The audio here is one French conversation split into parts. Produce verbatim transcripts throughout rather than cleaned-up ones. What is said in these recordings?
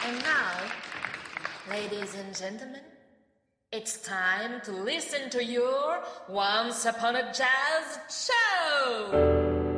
And now, ladies and gentlemen, it's time to listen to your Once Upon a Jazz show!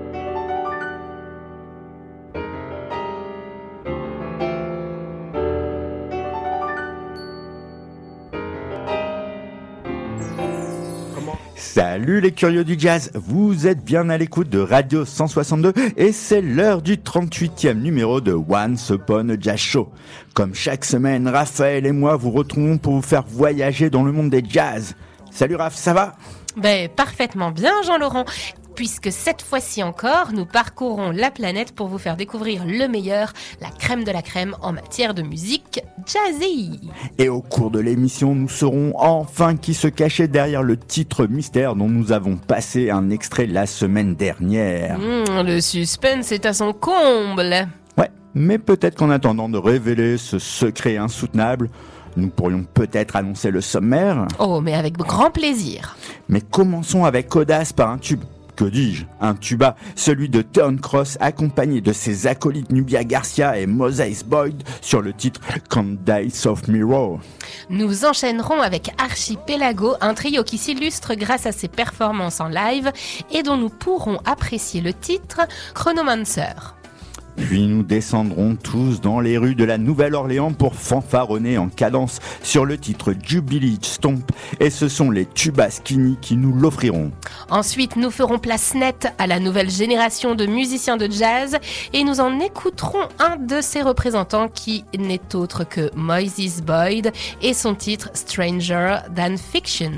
Salut les curieux du jazz, vous êtes bien à l'écoute de Radio cent soixante-deux et c'est l'heure du trente-huitième numéro de Once Upon a Jazz Show. Comme chaque semaine, Raphaël et moi vous retrouvons pour vous faire voyager dans le monde des jazz. Salut Raph, ça va ? Ben, parfaitement bien Jean-Laurent, puisque cette fois-ci encore, nous parcourons la planète pour vous faire découvrir le meilleur, la crème de la crème en matière de musique jazzy. Et au cours de l'émission, nous saurons enfin qui se cachait derrière le titre mystère dont nous avons passé un extrait la semaine dernière. Mmh, le suspense est à son comble. Ouais, mais peut-être qu'en attendant de révéler ce secret insoutenable, nous pourrions peut-être annoncer le sommaire. Oh, mais avec grand plaisir. Mais commençons avec audace par un tube. Que dis-je ? Un tuba, celui de Turn Cross, accompagné de ses acolytes Nubia Garcia et Moses Boyd sur le titre Can't Die of Mirror. Nous enchaînerons avec Archipelago, un trio qui s'illustre grâce à ses performances en live et dont nous pourrons apprécier le titre Chronomancer. Puis nous descendrons tous dans les rues de la Nouvelle-Orléans pour fanfaronner en cadence sur le titre Jubilee Stomp, et ce sont les Tuba Skinny qui nous l'offriront. Ensuite, nous ferons place nette à la nouvelle génération de musiciens de jazz et nous en écouterons un de ses représentants qui n'est autre que Moses Boyd et son titre Stranger Than Fiction.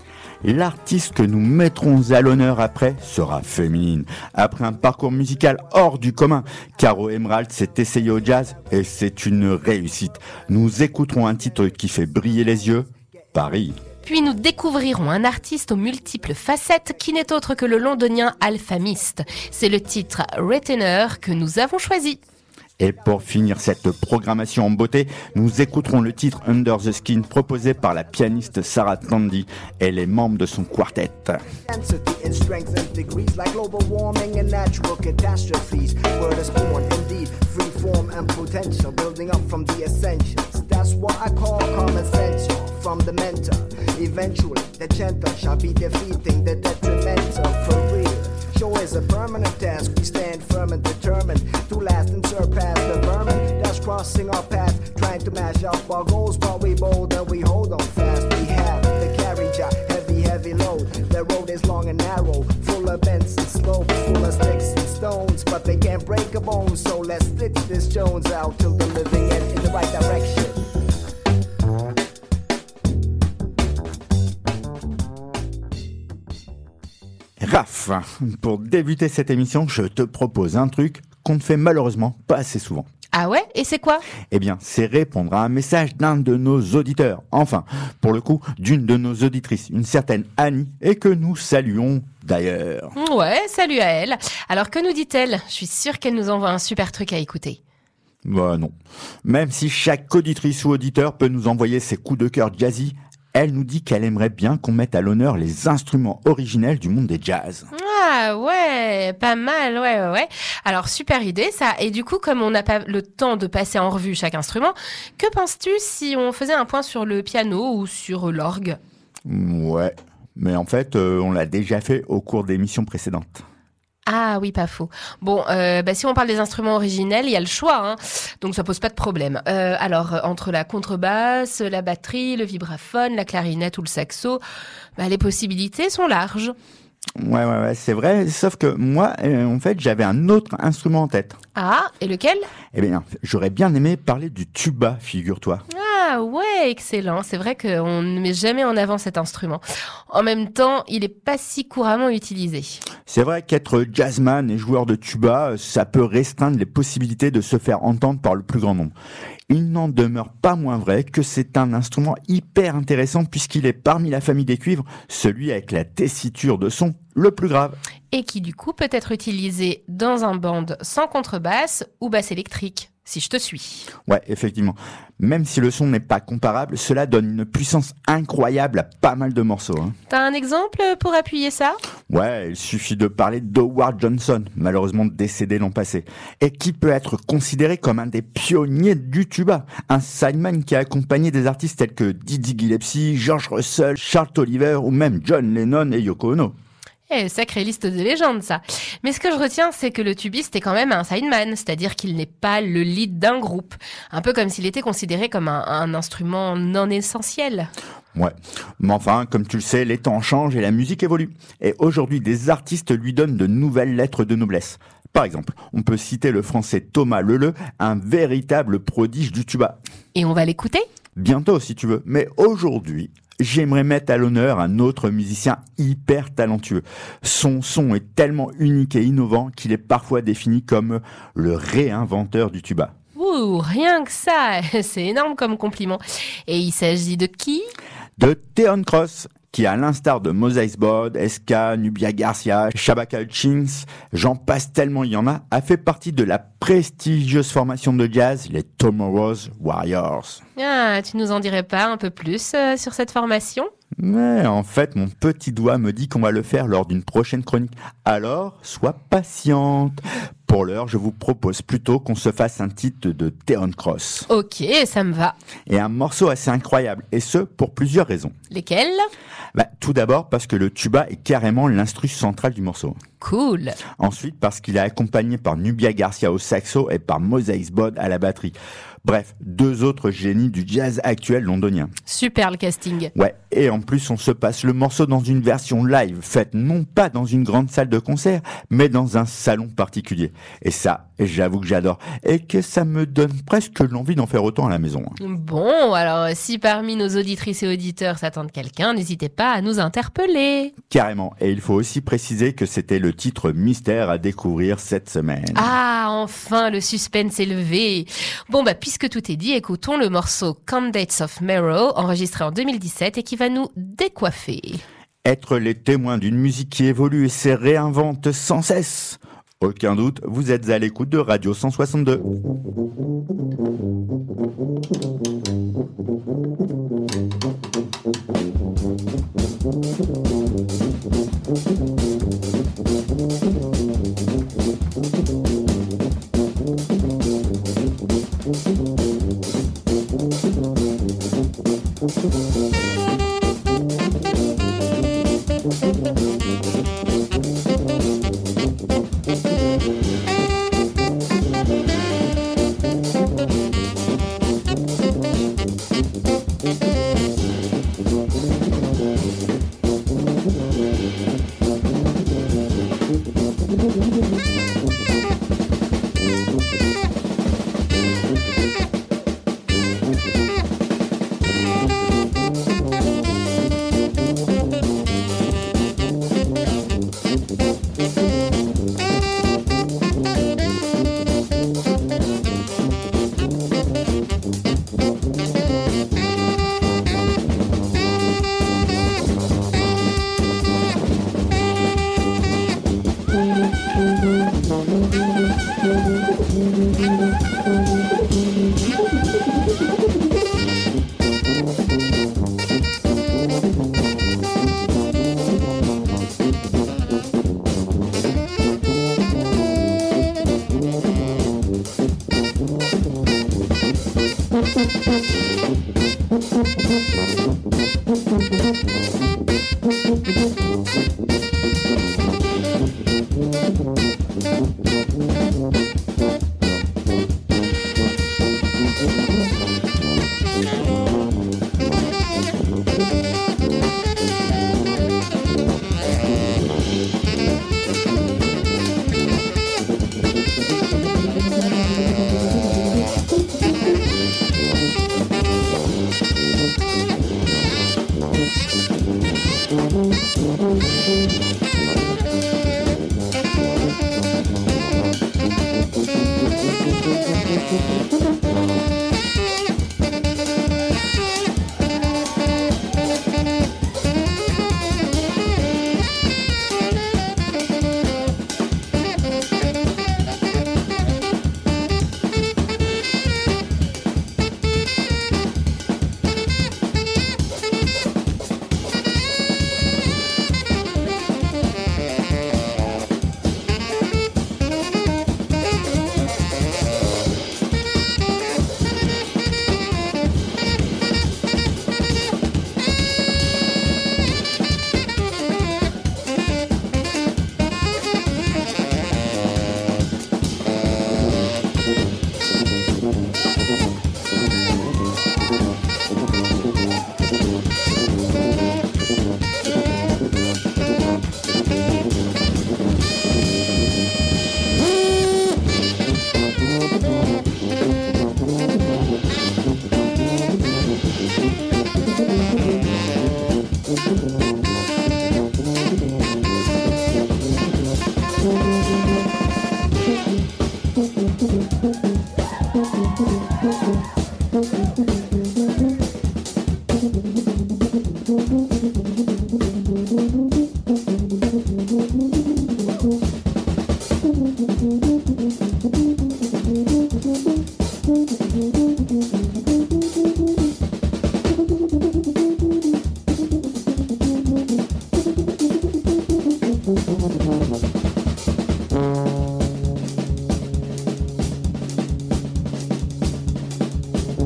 L'artiste que nous mettrons à l'honneur après sera féminine. Après un parcours musical hors du commun, Caro Emerald s'est essayée au jazz et c'est une réussite. Nous écouterons un titre qui fait briller les yeux, Paris. Puis nous découvrirons un artiste aux multiples facettes qui n'est autre que le londonien Alpha Mist. C'est le titre Retainer que nous avons choisi. Et pour finir cette programmation en beauté, nous écouterons le titre Under the Skin proposé par la pianiste Sarah Tandy et les membres de son quartet. Show is a permanent task. We stand firm and determined to last and surpass the vermin that's crossing our path, trying to mash up our goals. But we bold and we hold on fast. We have the carriage, a heavy, heavy load. The road is long and narrow, full of bends and slopes, full of sticks and stones. But they can't break a bone, so let's stitch this Jones out till the living end in the right direction. Raph, pour débuter cette émission, je te propose un truc qu'on ne fait malheureusement pas assez souvent. Ah ouais ? Et c'est quoi ? Eh bien, c'est répondre à un message d'un de nos auditeurs. Enfin, pour le coup, d'une de nos auditrices, une certaine Annie, et que nous saluons d'ailleurs. Ouais, salut à elle. Alors que nous dit-elle ? Je suis sûre qu'elle nous envoie un super truc à écouter. Bah non. Même si chaque auditrice ou auditeur peut nous envoyer ses coups de cœur jazzy, elle nous dit qu'elle aimerait bien qu'on mette à l'honneur les instruments originels du monde des jazz. Ah ouais, pas mal, ouais, ouais, ouais. Alors, super idée, ça. Et du coup, comme on n'a pas le temps de passer en revue chaque instrument, que penses-tu si on faisait un point sur le piano ou sur l'orgue ? Ouais, mais en fait, euh, on l'a déjà fait au cours d'émissions précédentes. Ah oui, pas faux. Bon, euh, bah, si on parle des instruments originels, il y a le choix, hein, donc ça pose pas de problème. Euh, alors, entre la contrebasse, la batterie, le vibraphone, la clarinette ou le saxo, bah, les possibilités sont larges. Ouais, ouais, ouais, c'est vrai, sauf que moi, euh, en fait, j'avais un autre instrument en tête. Ah, et lequel ? Eh bien, j'aurais bien aimé parler du tuba, figure-toi. Ah ouais, excellent. C'est vrai qu'on ne met jamais en avant cet instrument. En même temps, il n'est pas si couramment utilisé. C'est vrai qu'être jazzman et joueur de tuba, ça peut restreindre les possibilités de se faire entendre par le plus grand nombre. Il n'en demeure pas moins vrai que c'est un instrument hyper intéressant puisqu'il est parmi la famille des cuivres, celui avec la tessiture de son le plus grave. Et qui du coup peut être utilisé dans un band sans contrebasse ou basse électrique. si je te suis. Ouais, effectivement. Même si le son n'est pas comparable, cela donne une puissance incroyable à pas mal de morceaux. Hein. T'as un exemple pour appuyer ça ? Ouais, il suffit de parler d'Howard Johnson, malheureusement décédé l'an passé, et qui peut être considéré comme un des pionniers du tuba. Un sideman qui a accompagné des artistes tels que Dizzy Gillespie, George Russell, Charles Tolliver ou même John Lennon et Yoko Ono. Eh, sacrée liste de légendes, ça. Mais ce que je retiens, c'est que le tubiste est quand même un sideman, c'est-à-dire qu'il n'est pas le lead d'un groupe. Un peu comme s'il était considéré comme un, un instrument non essentiel. Ouais, mais enfin, comme tu le sais, les temps changent et la musique évolue. Et aujourd'hui, des artistes lui donnent de nouvelles lettres de noblesse. Par exemple, on peut citer le français Thomas Leleu, un véritable prodige du tuba. Et on va l'écouter ? Bientôt, si tu veux. Mais aujourd'hui, j'aimerais mettre à l'honneur un autre musicien hyper talentueux. Son son est tellement unique et innovant qu'il est parfois défini comme le réinventeur du tuba. Ouh, rien que ça, c'est énorme comme compliment. Et il s'agit de qui ? De Theon Cross, qui à l'instar de Moses Bod, Eska, Nubia Garcia, Shabaka Hutchins, j'en passe tellement il y en a, a fait partie de la prestigieuse formation de jazz, les Tomorrow's Warriors. Ah, tu nous en dirais pas un peu plus euh, sur cette formation ? Mais en fait, mon petit doigt me dit qu'on va le faire lors d'une prochaine chronique. Alors, sois patiente. Pour l'heure, je vous propose plutôt qu'on se fasse un titre de Theon Cross. Ok, ça me va. Et un morceau assez incroyable, et ce, pour plusieurs raisons. Lesquelles ? Bah, tout d'abord parce que le tuba est carrément l'instru central du morceau. Cool. Ensuite, parce qu'il est accompagné par Nubia Garcia au saxo et par Moses Bod à la batterie. Bref, deux autres génies du jazz actuel londonien. Super le casting. Ouais, et en plus on se passe le morceau dans une version live, faite non pas dans une grande salle de concert, mais dans un salon particulier. Et ça, j'avoue que j'adore, et que ça me donne presque l'envie d'en faire autant à la maison. Bon, alors si parmi nos auditrices et auditeurs s'attendent quelqu'un, n'hésitez pas à nous interpeller. Carrément, et il faut aussi préciser que c'était le titre mystère à découvrir cette semaine. Ah, enfin, le suspense est levé. Bon, bah, puisque tout est dit, écoutons le morceau Candates of Marrow, enregistré en deux mille dix-sept et qui va nous décoiffer. Être les témoins d'une musique qui évolue et se réinvente sans cesse. Aucun doute, vous êtes à l'écoute de Radio cent soixante-deux.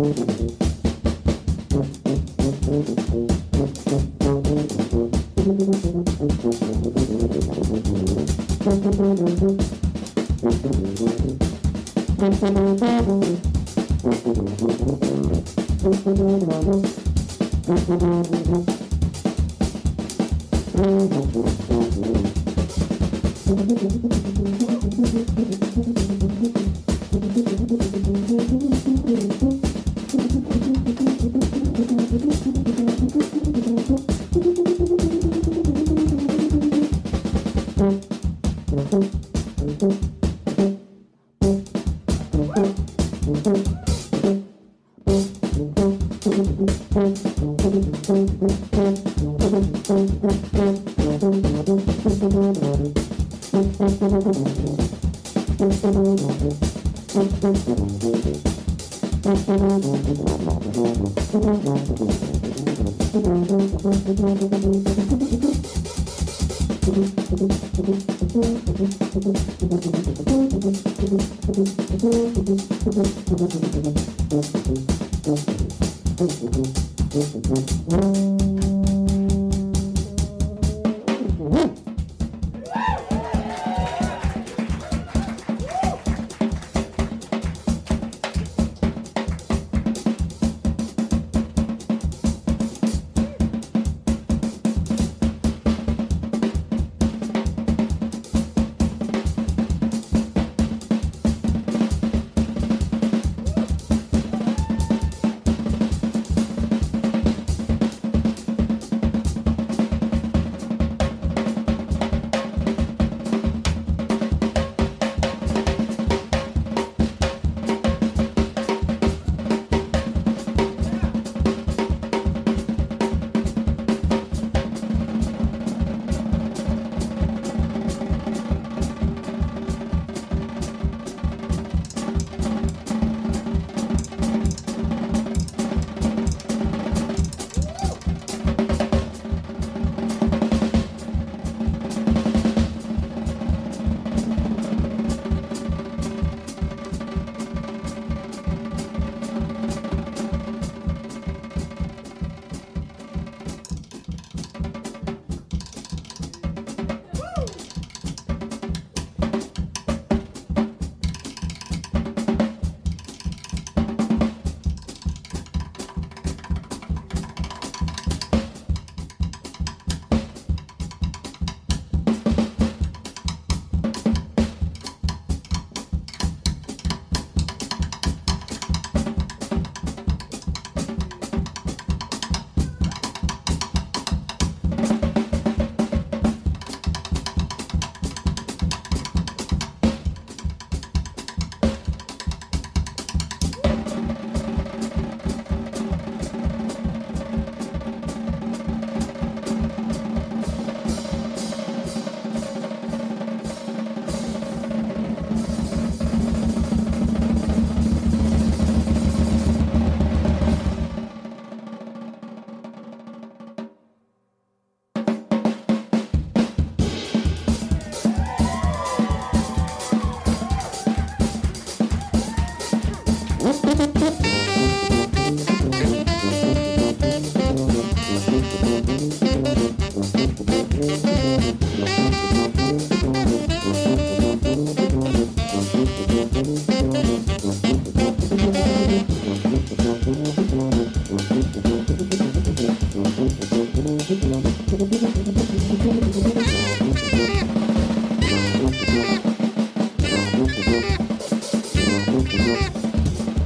Euh, Jean-Laurent, j'ai une annonce à faire. Quoi ?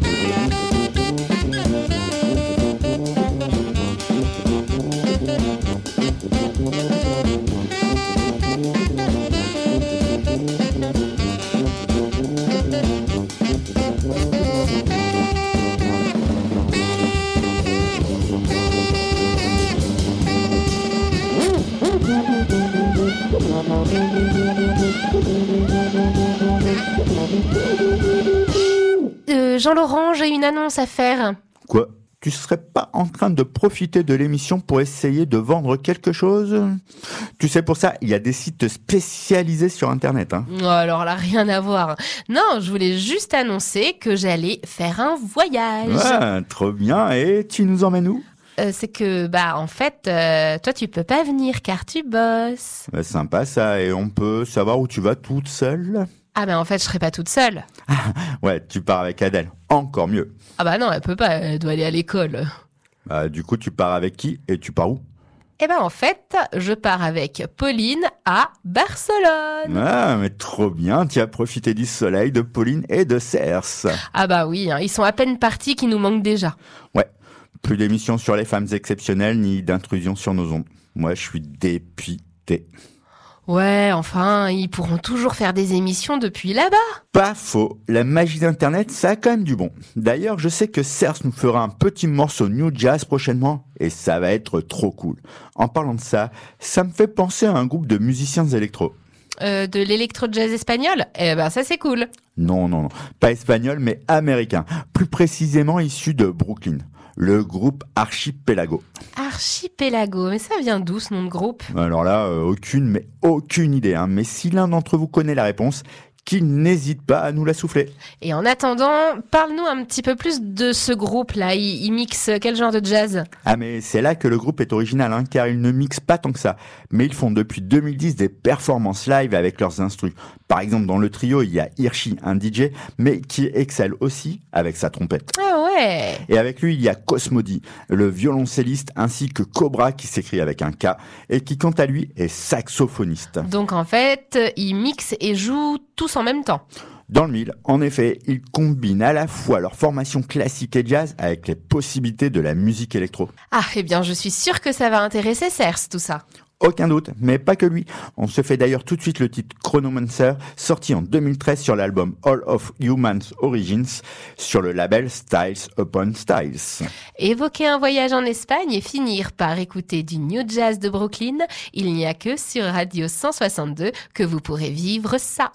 Tu serais pas en train de profiter de l'émission pour essayer de vendre quelque chose? Tu sais, pour ça, il y a des sites spécialisés sur Internet. Hein. Oh, alors là, rien à voir. Non, je voulais juste annoncer que j'allais faire un voyage. Ouais, trop bien. Et tu nous emmènes où? Euh, c'est que, bah, en fait, euh, toi, tu peux pas venir car tu bosses. Ouais, sympa ça. Et on peut savoir où tu vas toute seule? Ah ben, en fait, je serai pas toute seule. Ouais, tu pars avec Adèle. Encore mieux. Ah bah non, elle peut pas, elle doit aller à l'école. Bah, du coup, tu pars avec qui et tu pars où? Eh ben, en fait, je pars avec Pauline à Barcelone. Ah, mais trop bien. Tu as profité du soleil, de Pauline et de Cers. Ah bah oui, hein, ils sont à peine partis qui nous manquent déjà. Ouais. Plus d'émissions sur les femmes exceptionnelles ni d'intrusion sur nos ondes. Moi, je suis dépité. Ouais, enfin, ils pourront toujours faire des émissions depuis là-bas. Pas faux. La magie d'Internet, ça a quand même du bon. D'ailleurs, je sais que Cers nous fera un petit morceau New Jazz prochainement et ça va être trop cool. En parlant de ça, ça me fait penser à un groupe de musiciens électro. Euh, de l'électro-jazz espagnol? Eh ben, ça c'est cool. Non, non, non. Pas espagnol, mais américain. Plus précisément issu de Brooklyn. Le groupe Archipelago. Archipelago, mais ça vient d'où ce nom de groupe? Alors là, euh, aucune, mais aucune idée. Hein. Mais si l'un d'entre vous connaît la réponse, qu'il n'hésite pas à nous la souffler. Et en attendant, parle-nous un petit peu plus de ce groupe-là. Il, il mixe quel genre de jazz? Ah mais c'est là que le groupe est original, hein, car ils ne mixent pas tant que ça. Mais ils font depuis deux mille dix des performances live avec leurs instrus. Par exemple, dans le trio, il y a Hirschi, un D J, mais qui excelle aussi avec sa trompette. Ah ouais. Et avec lui, il y a Cosmodi, le violoncelliste, ainsi que Cobra, qui s'écrit avec un K, et qui, quant à lui, est saxophoniste. Donc en fait, ils mixent et jouent tous en même temps. Dans le mille, en effet, ils combinent à la fois leur formation classique et jazz avec les possibilités de la musique électro. Ah, eh bien, je suis sûre que ça va intéresser Cers, tout ça. Aucun doute, mais pas que lui. On se fait d'ailleurs tout de suite le titre Chronomancer, sorti en deux mille treize sur l'album All of Human's Origins, sur le label Styles Upon Styles. Évoquer un voyage en Espagne et finir par écouter du New Jazz de Brooklyn, il n'y a que sur Radio cent soixante-deux que vous pourrez vivre ça.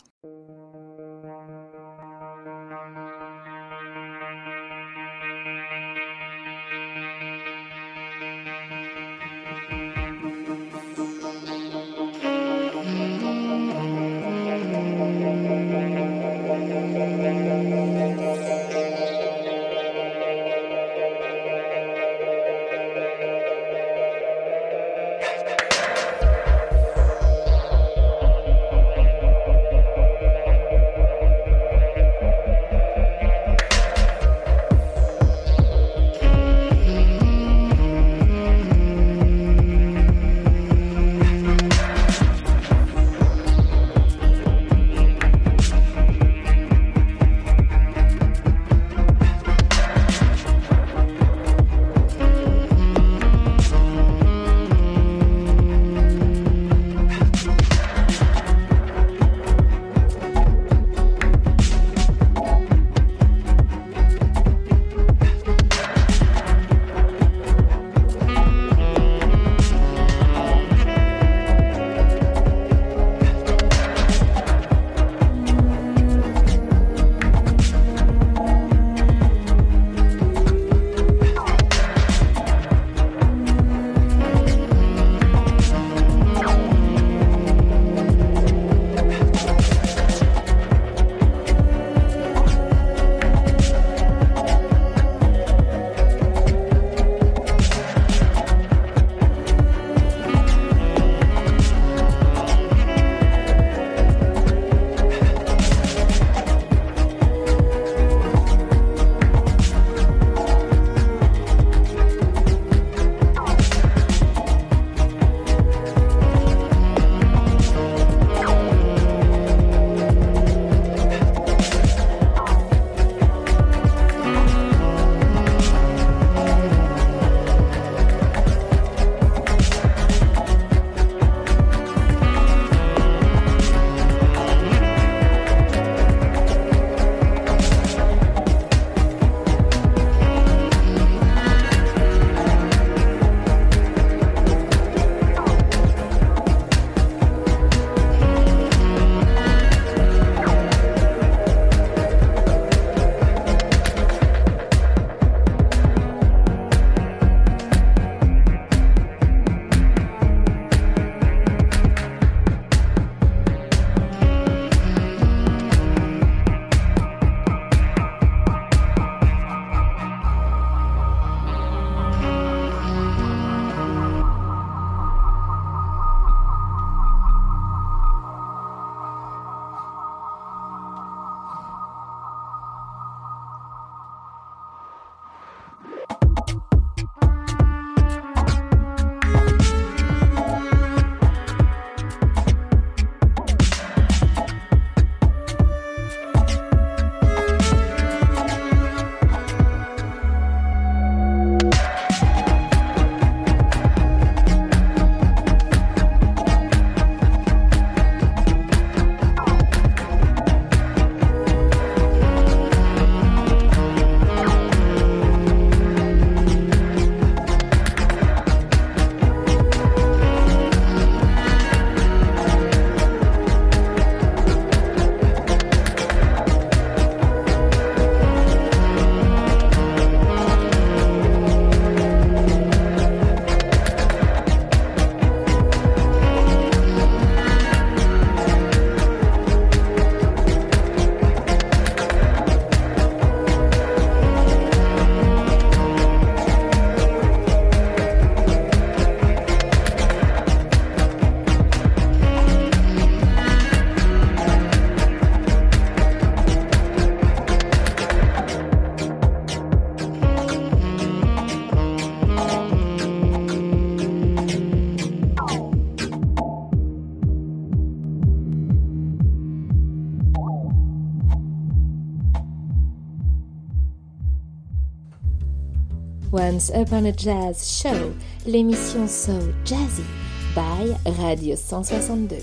Once Upon a Jazz Show, l'émission So Jazzy by Radio cent soixante-deux.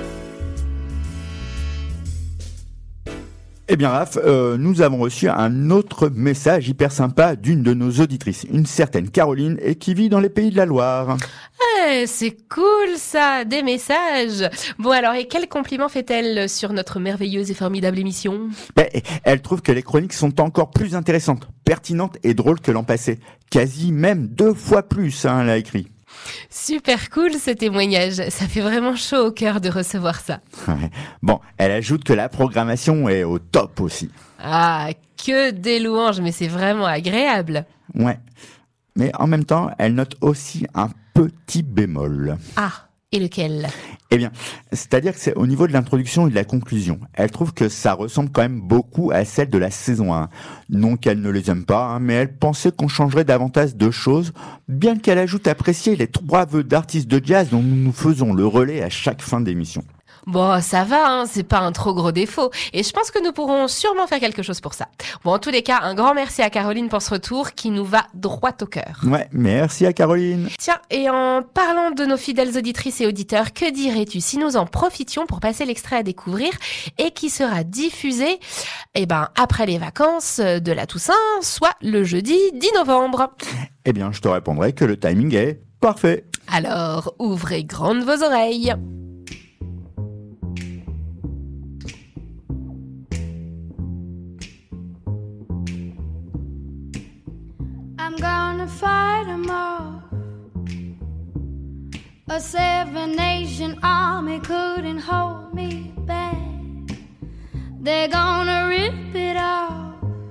Eh bien Raph, euh, nous avons reçu un autre message hyper sympa d'une de nos auditrices, une certaine Caroline, et qui vit dans les Pays de la Loire. Eh, c'est cool ça, des messages. Bon alors, et quel compliment fait-elle sur notre merveilleuse et formidable émission ? Ben, elle trouve que les chroniques sont encore plus intéressantes, pertinentes et drôles que l'an passé. Quasi même deux fois plus, hein, elle a écrit. Super cool ce témoignage, ça fait vraiment chaud au cœur de recevoir ça. Bon, elle ajoute que la programmation est au top aussi. Ah, que des louanges, mais c'est vraiment agréable. Ouais, mais en même temps, elle note aussi un petit bémol. Ah, et lequel ? Eh bien, c'est-à-dire que c'est au niveau de l'introduction et de la conclusion. Elle trouve que ça ressemble quand même beaucoup à celle de la saison un. Non qu'elle ne les aime pas, hein, mais elle pensait qu'on changerait davantage de choses, bien qu'elle ajoute apprécier les trois vœux d'artistes de jazz dont nous nous faisons le relais à chaque fin d'émission. Bon, ça va, hein, c'est pas un trop gros défaut. Et je pense que nous pourrons sûrement faire quelque chose pour ça. Bon, en tous les cas, un grand merci à Caroline pour ce retour qui nous va droit au cœur. Ouais, merci à Caroline. Tiens, et en parlant de nos fidèles auditrices et auditeurs, que dirais-tu si nous en profitions pour passer l'extrait à découvrir et qui sera diffusé, eh ben, après les vacances de la Toussaint, soit le jeudi dix novembre. Eh bien, je te répondrai que le timing est parfait. Alors, ouvrez grandes vos oreilles. I'm gonna fight 'em off. A seven-nation army couldn't hold me back. They're gonna rip it off,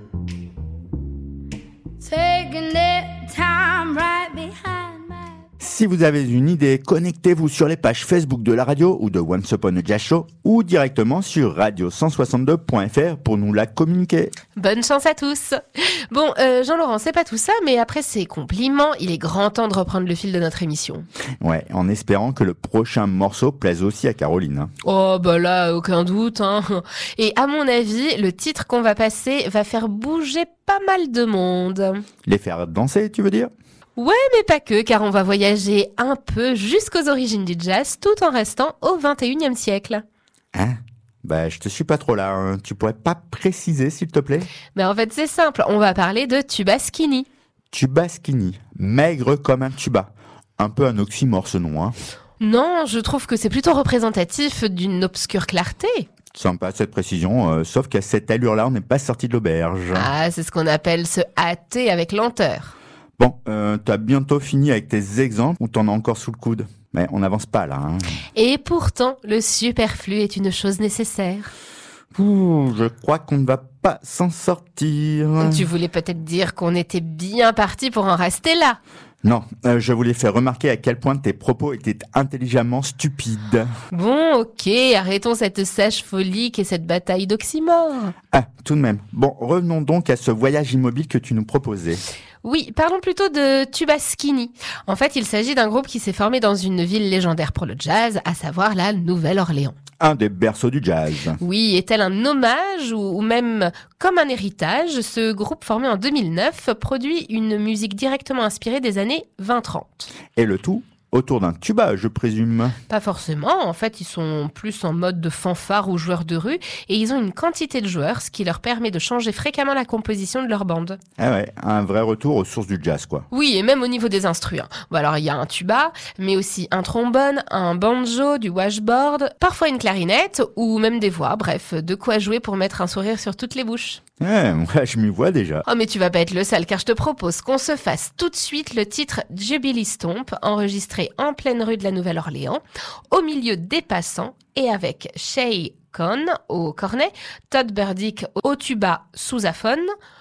taking their time right behind my... Si vous avez une idée, connectez-vous sur les pages Facebook de la radio ou de Once Upon a Jazz Show ou directement sur radio cent soixante-deux point f r pour nous la communiquer. Bonne chance à tous. Bon, euh, Jean-Laurent, c'est pas tout ça, mais après ces compliments, il est grand temps de reprendre le fil de notre émission. Ouais, en espérant que le prochain morceau plaise aussi à Caroline. Hein. Oh, bah là, aucun doute. Hein. Et à mon avis, le titre qu'on va passer va faire bouger pas mal de monde. Les faire danser, tu veux dire ? Ouais, mais pas que, car on va voyager un peu jusqu'aux origines du jazz, tout en restant au vingt et unième siècle. Hein ? Bah, je te suis pas trop là. Hein. Tu pourrais pas préciser, s'il te plaît ? Mais en fait, c'est simple. On va parler de tuba skinny. Tuba skinny, maigre comme un tuba. Un peu un oxymore ce nom, hein. Non, je trouve que c'est plutôt représentatif d'une obscure clarté. Sympa cette précision, euh, sauf qu'à cette allure-là, on n'est pas sorti de l'auberge. Ah, c'est ce qu'on appelle se hâter avec lenteur. Bon, euh, t'as bientôt fini avec tes exemples ou t'en as encore sous le coude ? Mais on n'avance pas là. Hein. Et pourtant, le superflu est une chose nécessaire. Ouh, je crois qu'on ne va pas s'en sortir. Tu voulais peut-être dire qu'on était bien parti pour en rester là. Non, euh, je voulais faire remarquer à quel point tes propos étaient intelligemment stupides. Bon, ok, arrêtons cette sèche folie qu'est cette bataille d'oxymore. Ah, tout de même. Bon, revenons donc à ce voyage immobile que tu nous proposais. Oui, parlons plutôt de Tuba Skinny. En fait, il s'agit d'un groupe qui s'est formé dans une ville légendaire pour le jazz, à savoir la Nouvelle-Orléans. Un des berceaux du jazz. Oui, et tel un hommage ou, ou même comme un héritage, ce groupe formé en deux mille neuf produit une musique directement inspirée des années vingt trente. Et le tout autour d'un tuba, je présume. Pas forcément, en fait, ils sont plus en mode de fanfare ou joueurs de rue, et ils ont une quantité de joueurs, ce qui leur permet de changer fréquemment la composition de leur bande. Ah ouais, un vrai retour aux sources du jazz, quoi. Oui, et même au niveau des instruments. Bon, alors, il y a un tuba, mais aussi un trombone, un banjo, du washboard, parfois une clarinette, ou même des voix, bref, de quoi jouer pour mettre un sourire sur toutes les bouches. Ouais, moi, je m'y vois déjà. Oh, mais tu vas pas être le seul, car je te propose qu'on se fasse tout de suite le titre Jubilee Stomp, enregistré en pleine rue de la Nouvelle-Orléans, au milieu des passants, et avec Shay Cohn au cornet, Todd Burdick au tuba sousaphone,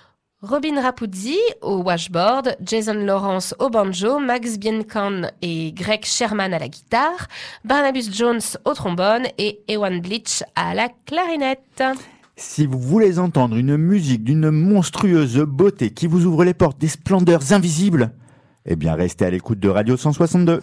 Robin Rapuzzi au washboard, Jason Lawrence au banjo, Max Bienkan et Greg Sherman à la guitare, Barnabas Jones au trombone et Ewan Bleach à la clarinette. Si vous voulez entendre une musique d'une monstrueuse beauté qui vous ouvre les portes des splendeurs invisibles, eh bien restez à l'écoute de Radio cent soixante-deux.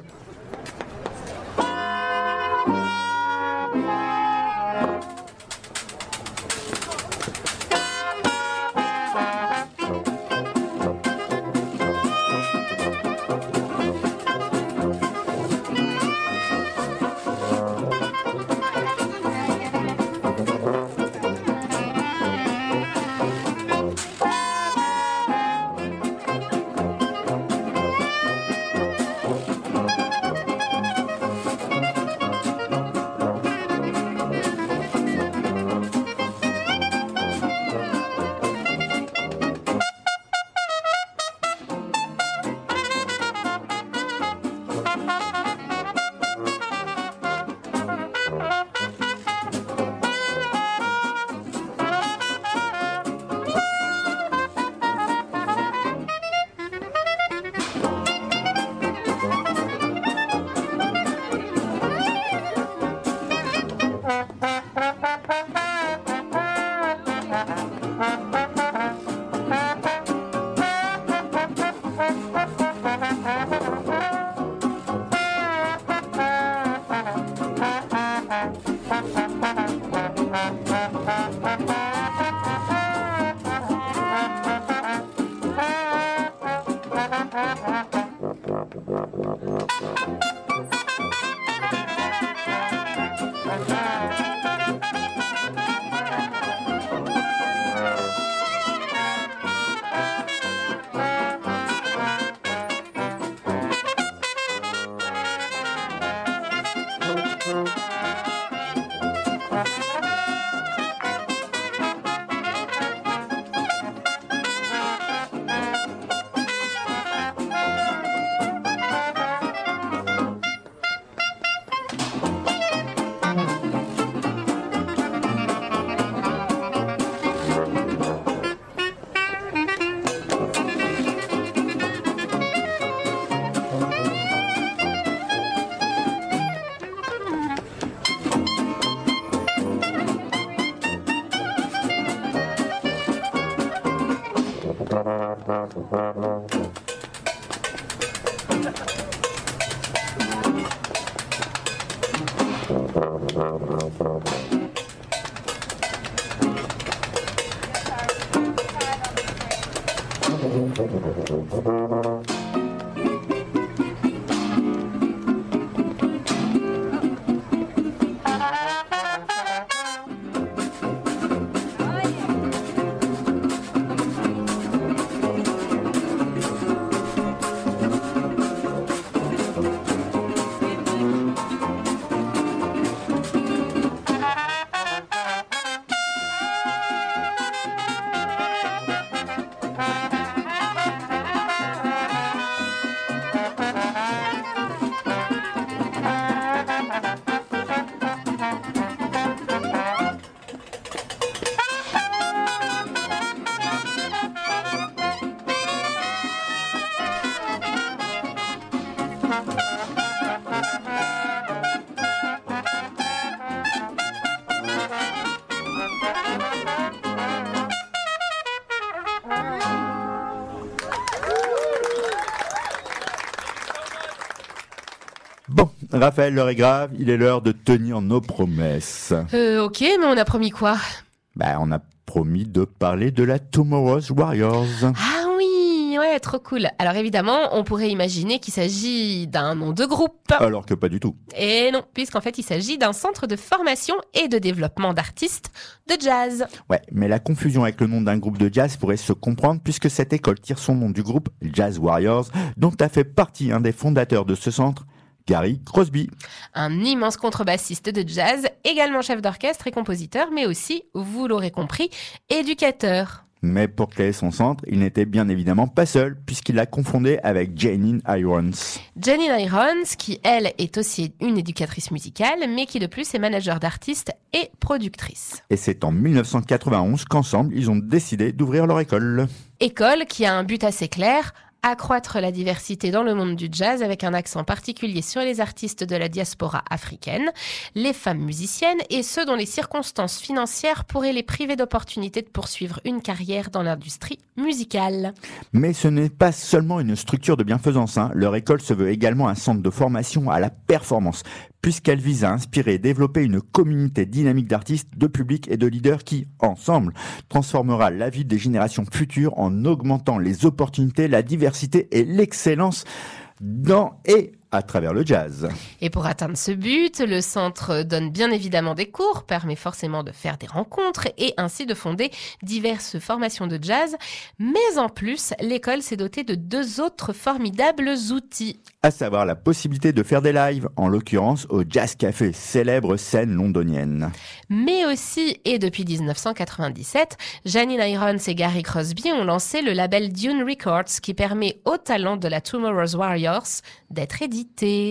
Bon, Raphaël, l'heure est grave, il est l'heure de tenir nos promesses. Euh, ok, mais on a promis quoi? Bah, on a promis de parler de la Tomorrow's Warriors. Ah oui, ouais, trop cool. Alors évidemment, on pourrait imaginer qu'il s'agit d'un nom de groupe. Alors que pas du tout. Et non, puisqu'en fait, il s'agit d'un centre de formation et de développement d'artistes de jazz. Ouais, mais la confusion avec le nom d'un groupe de jazz pourrait se comprendre puisque cette école tire son nom du groupe Jazz Warriors, dont a fait partie un des fondateurs de ce centre, Gary Crosby. Un immense contrebassiste de jazz, également chef d'orchestre et compositeur, mais aussi, vous l'aurez compris, éducateur. Mais pour créer son centre, il n'était bien évidemment pas seul, puisqu'il l'a confondé avec Janine Irons. Janine Irons, qui elle est aussi une éducatrice musicale, mais qui de plus est manager d'artistes et productrice. Et c'est en dix-neuf cent quatre-vingt-onze qu'ensemble, ils ont décidé d'ouvrir leur école. École qui a un but assez clair, accroître la diversité dans le monde du jazz avec un accent particulier sur les artistes de la diaspora africaine, les femmes musiciennes et ceux dont les circonstances financières pourraient les priver d'opportunités de poursuivre une carrière dans l'industrie musicale. Mais ce n'est pas seulement une structure de bienfaisance, hein. Leur école se veut également un centre de formation à la performance, puisqu'elle vise à inspirer et développer une communauté dynamique d'artistes, de publics et de leaders qui, ensemble, transformera la vie des générations futures en augmentant les opportunités, la diversité et l'excellence dans et à travers le jazz. Et pour atteindre ce but, le centre donne bien évidemment des cours, permet forcément de faire des rencontres et ainsi de fonder diverses formations de jazz. Mais en plus, l'école s'est dotée de deux autres formidables outils. À savoir la possibilité de faire des lives, en l'occurrence au Jazz Café, célèbre scène londonienne. Mais aussi, et depuis dix-neuf cent quatre-vingt-dix-sept, Janine Irons et Gary Crosby ont lancé le label Dune Records qui permet aux talents de la Tomorrow's Warriors d'être édités.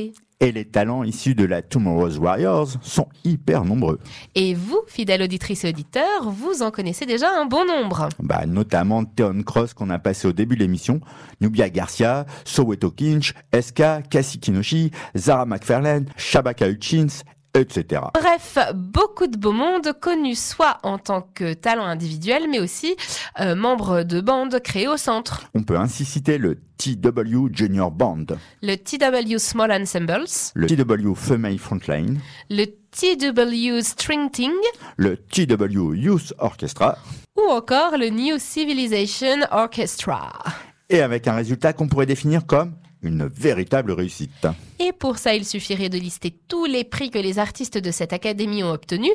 Et les talents issus de la Tomorrow's Warriors sont hyper nombreux. Et vous, fidèles auditrices et auditeurs, vous en connaissez déjà un bon nombre. Bah, notamment Theon Cross qu'on a passé au début de l'émission, Nubia Garcia, Soweto Kinch, S K, Cassie Kinoshi, Zara McFarlane, Shabaka Hutchins, et cetera. Bref, beaucoup de beau monde connus soit en tant que talent individuel, mais aussi euh, membres de bandes créées au centre. On peut ainsi citer le T W Junior Band, le T W Small Ensembles, le T W Female Frontline, le T W String Ting, le T W Youth Orchestra ou encore le New Civilization Orchestra. Et avec un résultat qu'on pourrait définir comme une véritable réussite. Et pour ça, il suffirait de lister tous les prix que les artistes de cette académie ont obtenus,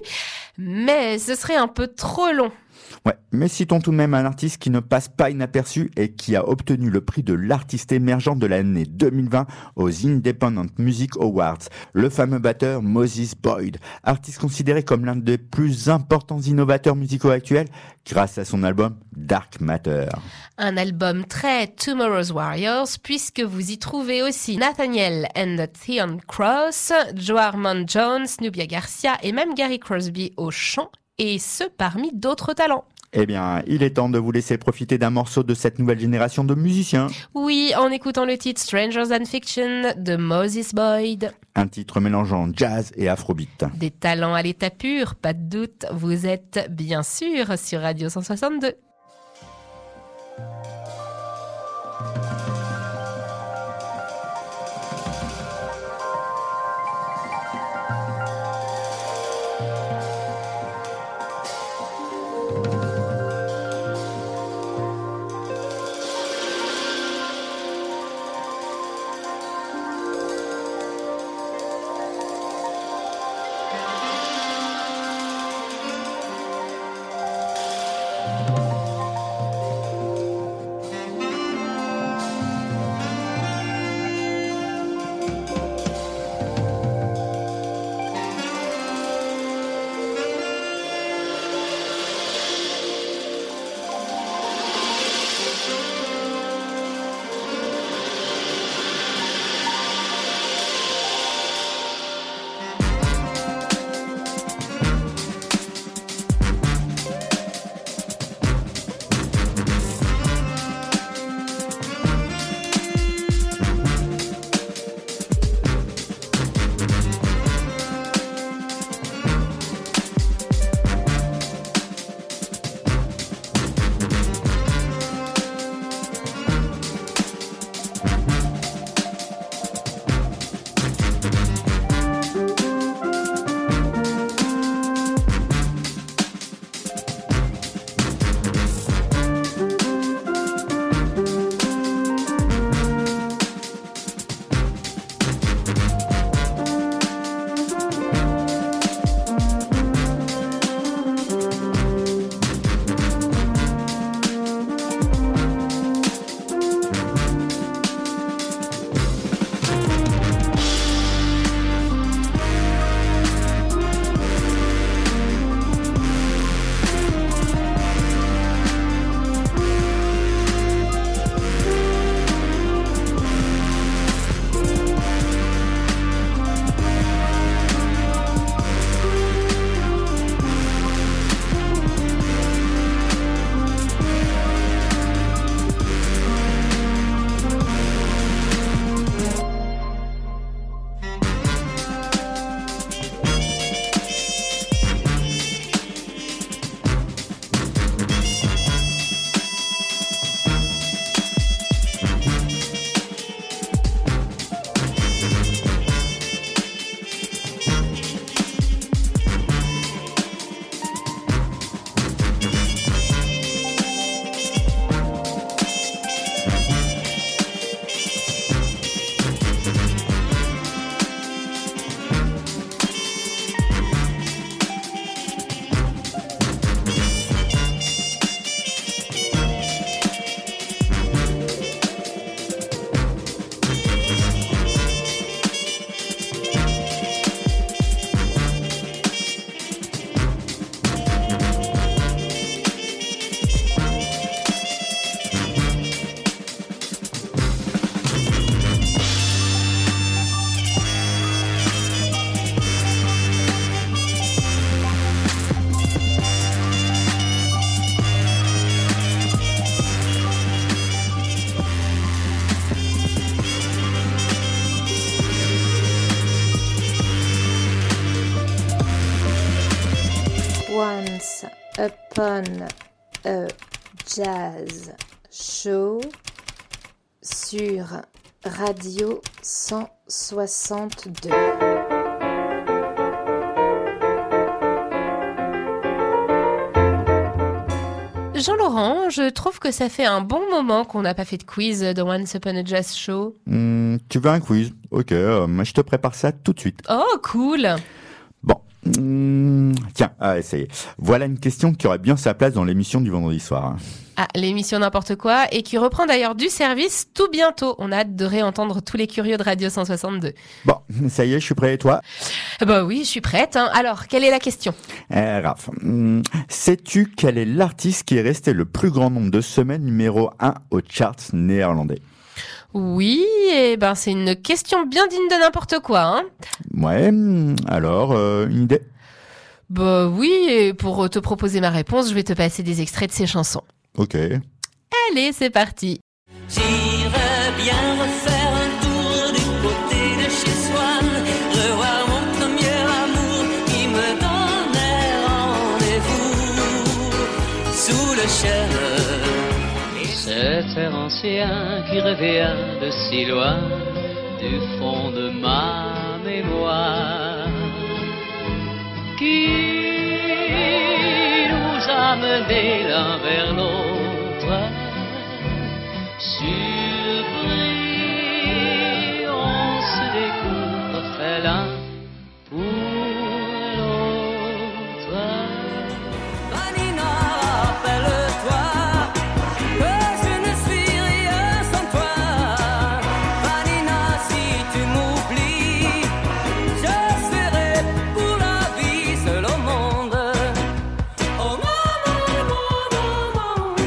mais ce serait un peu trop long. Ouais, mais citons tout de même un artiste qui ne passe pas inaperçu et qui a obtenu le prix de l'artiste émergent de l'année deux mille vingt aux Independent Music Awards, le fameux batteur Moses Boyd, artiste considéré comme l'un des plus importants innovateurs musicaux actuels grâce à son album Dark Matter. Un album très Tomorrow's Warriors puisque vous y trouvez aussi Nathaniel and Theon Cross, Joe Armand Jones, Nubia Garcia et même Gary Crosby au chant, et ce parmi d'autres talents. Eh bien, il est temps de vous laisser profiter d'un morceau de cette nouvelle génération de musiciens. Oui, en écoutant le titre Strangers and Fiction de Moses Boyd. Un titre mélangeant jazz et afrobeat. Des talents à l'état pur, pas de doute. Vous êtes bien sûr sur Radio cent soixante-deux. Upon a Jazz Show sur Radio cent soixante-deux. Jean-Laurent, je trouve que ça fait un bon moment qu'on n'a pas fait de quiz de Once Upon a Jazz Show. Mmh, tu veux un quiz? Ok, euh, je te prépare ça tout de suite. Oh, cool. Bon, mmh, tiens, ah, ça y est. Voilà une question qui aurait bien sa place dans l'émission du vendredi soir. Hein. Ah, l'émission N'importe quoi, et qui reprend d'ailleurs du service tout bientôt. On a hâte de réentendre tous les curieux de Radio cent soixante-deux. Bon, ça y est, je suis prêt, et toi? Bah oui, je suis prête. Hein. Alors, quelle est la question? Eh, Raph, hum, sais-tu quel est l'artiste qui est resté le plus grand nombre de semaines numéro un aux charts néerlandais? Oui, et ben c'est une question bien digne de n'importe quoi. Hein. Ouais, alors, euh, une idée? Bah oui, et pour te proposer ma réponse, je vais te passer des extraits de ses chansons. Ok. Allez, c'est parti. J'irais bien refaire un tour du côté de chez soi, revoir mon premier amour qui me donnait rendez-vous sous le chêne. Cet air ancien qui revient de si loin du fond de ma mémoire, qui nous a menés l'un vers l'autre. Surpris, on se découvre fait l'un pour l'autre. Vanina, rappelle-toi que je ne suis rien sans toi. Vanina, si tu m'oublies, je serai pour la vie seul au monde. Au monde, au monde.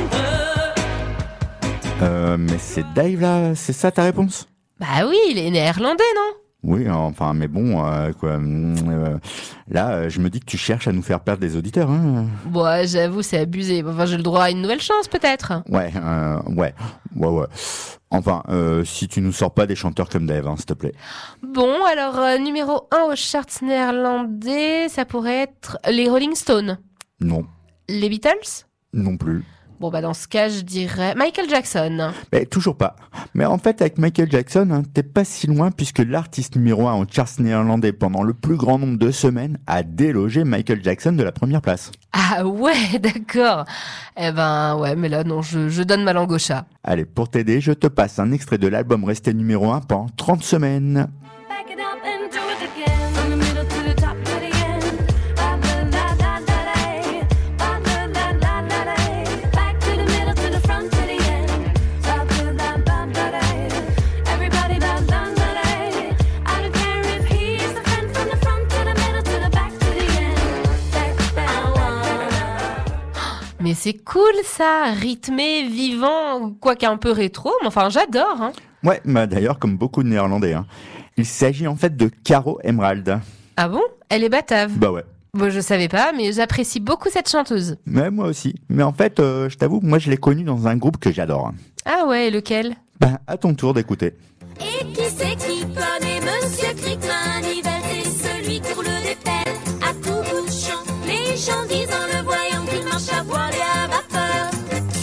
Euh, mais c'est Dave là, c'est ça ta réponse? Bah oui, il est néerlandais, non? Oui, enfin, mais bon, euh, quoi. Euh, là, euh, je me dis que tu cherches à nous faire perdre des auditeurs, hein. Bon, ouais, j'avoue, c'est abusé. Enfin, j'ai le droit à une nouvelle chance, peut-être. Ouais, euh, ouais, ouais, ouais. Enfin, euh, si tu nous sors pas des chanteurs comme Dave, hein, s'il te plaît. Bon, alors, euh, numéro un aux charts néerlandais, ça pourrait être les Rolling Stones. Non, Les Beatles? non plus. Bon, bah dans ce cas, je dirais Michael Jackson. Mais toujours pas. Mais en fait, avec Michael Jackson, hein, t'es pas si loin puisque l'artiste numéro un aux charts néerlandais pendant le plus grand nombre de semaines a délogé Michael Jackson de la première place. Ah ouais, d'accord. Eh ben, ouais, mais là, non, je, je donne ma langue au chat. Allez, pour t'aider, je te passe un extrait de l'album resté numéro un pendant trente semaines. Back it up and do it again. From the middle to the top to the end. Ba da da da da da. Ba da da da da da. Back to the middle to the front to the end. Ba da da da da da. Everybody ba da da da. I don't care if he's the friend from the front to the middle to the back to the end. Back, back, back, back. Mais c'est cool, ça. Rythmé, vivant, quoique un peu rétro. Mais enfin, j'adore, hein. Ouais, bah d'ailleurs, comme beaucoup de néerlandais, hein. Il s'agit en fait de Caro Emerald. Ah bon? Elle est batave. Bah ouais. Bon, je savais pas, mais j'apprécie beaucoup cette chanteuse. Mais moi aussi. Mais en fait, euh, je t'avoue, moi je l'ai connue dans un groupe que j'adore. Ah ouais, lequel? Bah, à ton tour d'écouter. Et qui c'est qui connaît Monsieur Crickman? Hiver, c'est celui qui roule des pelles à tout bout de champ. Les gens disent en le voyant qu'il marche à voile et à vapeur.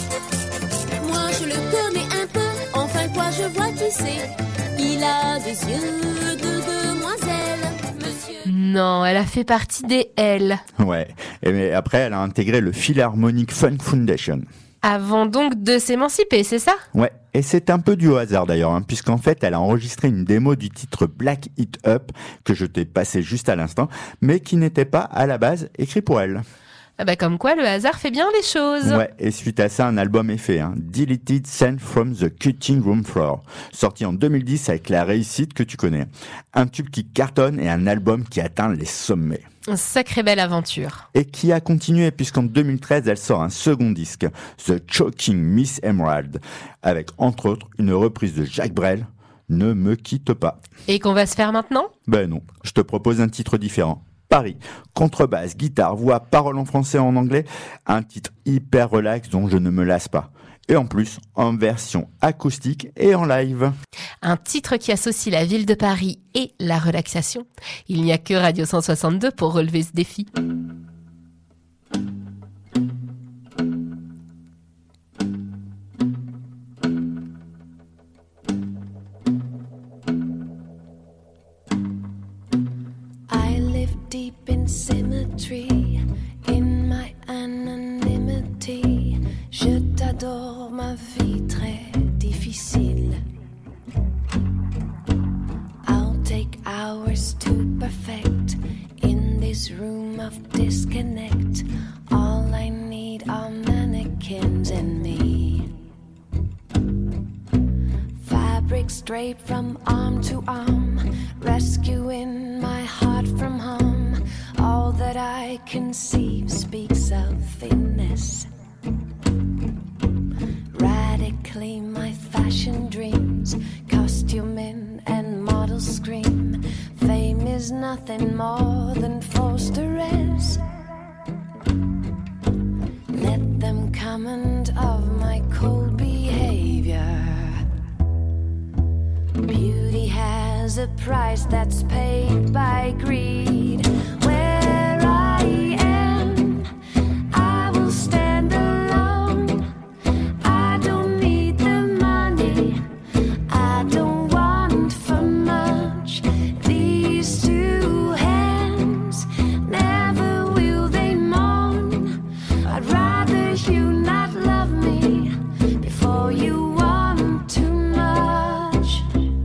Moi je le connais un peu, enfin quoi je vois qui c'est. Il a des yeux de demoiselle, monsieur. Non, elle a fait partie des L. Ouais. Et mais après, elle a intégré le Philharmonic Funk Foundation. Avant donc de s'émanciper, c'est ça? Ouais. Et c'est un peu du hasard d'ailleurs, hein, puisqu'en fait, elle a enregistré une démo du titre Black It Up, que je t'ai passé juste à l'instant, mais qui n'était pas à la base écrit pour elle. Ah bah comme quoi, le hasard fait bien les choses. Ouais, et suite à ça, un album est fait, hein, Deleted Sent from the Cutting Room Floor, sorti en deux mille dix avec la réussite que tu connais. Un tube qui cartonne et un album qui atteint les sommets. Sacrée belle aventure. Et qui a continué puisqu'en deux mille treize, elle sort un second disque, The Choking Miss Emerald, avec entre autres une reprise de Jacques Brel, Ne me quitte pas. Et qu'on va se faire maintenant? Ben non, je te propose un titre différent. Paris, contrebasse, guitare, voix, paroles en français et en anglais, un titre hyper relax dont je ne me lasse pas. Et en plus, en version acoustique et en live. Un titre qui associe la ville de Paris et la relaxation. Il n'y a que Radio cent soixante-deux pour relever ce défi. sleep in symmetry, in my anonymity. Je t'adore, ma vie très difficile. I'll take hours to perfect in this room of disconnect. All I need are mannequins and me. Fabric straight from arm to arm, rescuing my heart from harm. All that I conceive speaks of thinness. Radically my fashion dreams, costuming and model scream. Fame is nothing more than false duress. Let them comment of my cold behavior. Beauty has a price that's paid by greed. Where I am, I will stand alone. I don't need the money, I don't want for much. These two hands, never will they moan. I'd rather you not love me before you want too much.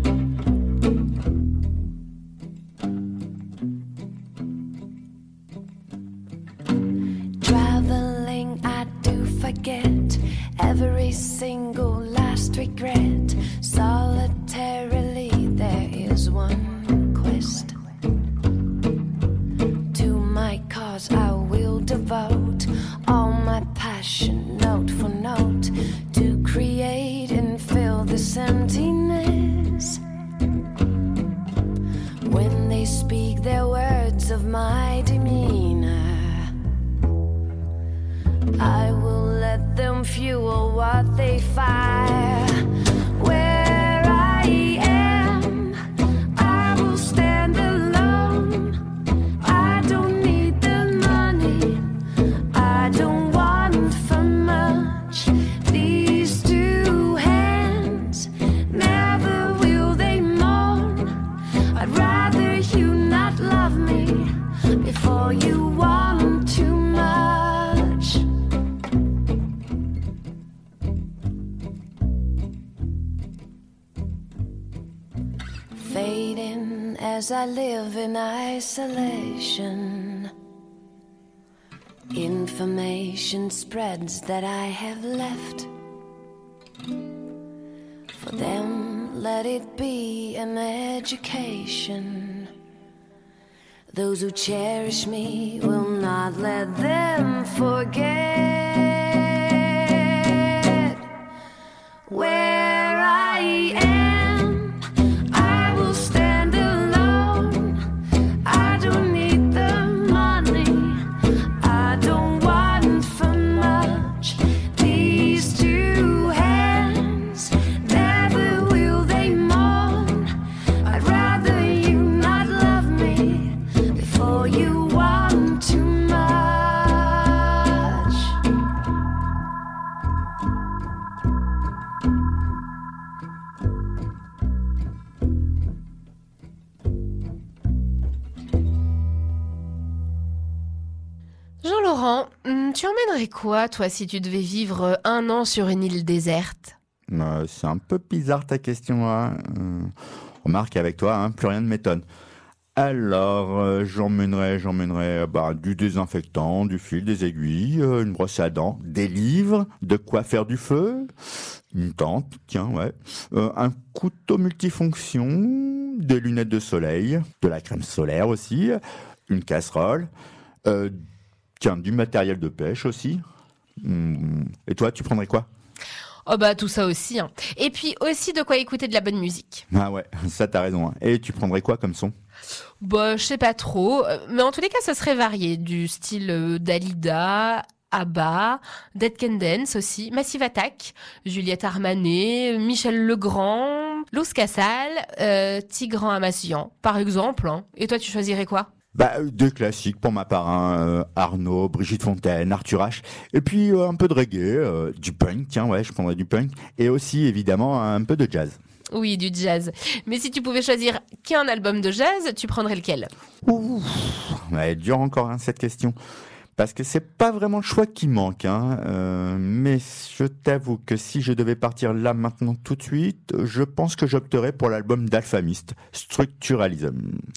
Traveling, I do forget every single last regret. Solitarily, there is one quest. To my cause, I will devote all my passion, note for note, to create and fill this emptiness. When they speak their words of my demeanor, I will let them fuel what they fire. Where I am, I will stand alone. I don't need the money, I don't want for much. These two hands, never will they moan. I'd rather you not love me before you want too much. Fading as I live in isolation. Information spreads that I have left. For them, let it be an education. Those who cherish me will not let them forget. Where I am, I will stand alone. I don't need the money, I don't want for much. These two hands, never will they moan. I'd rather you not love me before you want too much. Jean-Laurent, hum, tu emmènerais quoi, toi, si tu devais vivre un an sur une île déserte? Euh, c'est un peu bizarre ta question, hein. Euh, remarque, avec toi, hein, plus rien ne m'étonne. Alors, euh, j'emmènerais, j'emmènerais euh, bah, du désinfectant, du fil, des aiguilles, euh, une brosse à dents, des livres, de quoi faire du feu, une tente, tiens, ouais, euh, un couteau multifonction, des lunettes de soleil, de la crème solaire aussi, une casserole, euh, tiens, du matériel de pêche aussi. Hum, Et toi, tu prendrais quoi? Oh bah tout ça aussi. Hein. Et puis aussi de quoi écouter de la bonne musique. Ah ouais, ça t'as raison. Hein. Et tu prendrais quoi comme son? Bah je sais pas trop, euh, mais en tous les cas ça serait varié, du style euh, Dalida, ABBA, Dead Can Dance aussi, Massive Attack, Juliette Armanet, Michel Legrand, Luz Casal, euh, Tigran Amassian par exemple. Hein. Et toi tu choisirais quoi? Bah, des classiques pour ma part, hein. euh, Arnaud, Brigitte Fontaine, Arthur H. Et puis euh, un peu de reggae, euh, du punk, tiens, ouais, je prendrais du punk. Et aussi, évidemment, un peu de jazz. Oui, du jazz. Mais si tu pouvais choisir qu'un album de jazz, tu prendrais lequel? Ouh, elle est dure encore hein, cette question. Parce que c'est pas vraiment le choix qui manque, hein. Euh, mais je t'avoue que si je devais partir là maintenant tout de suite, je pense que j'opterais pour l'album d'Alphamist, Structuralism.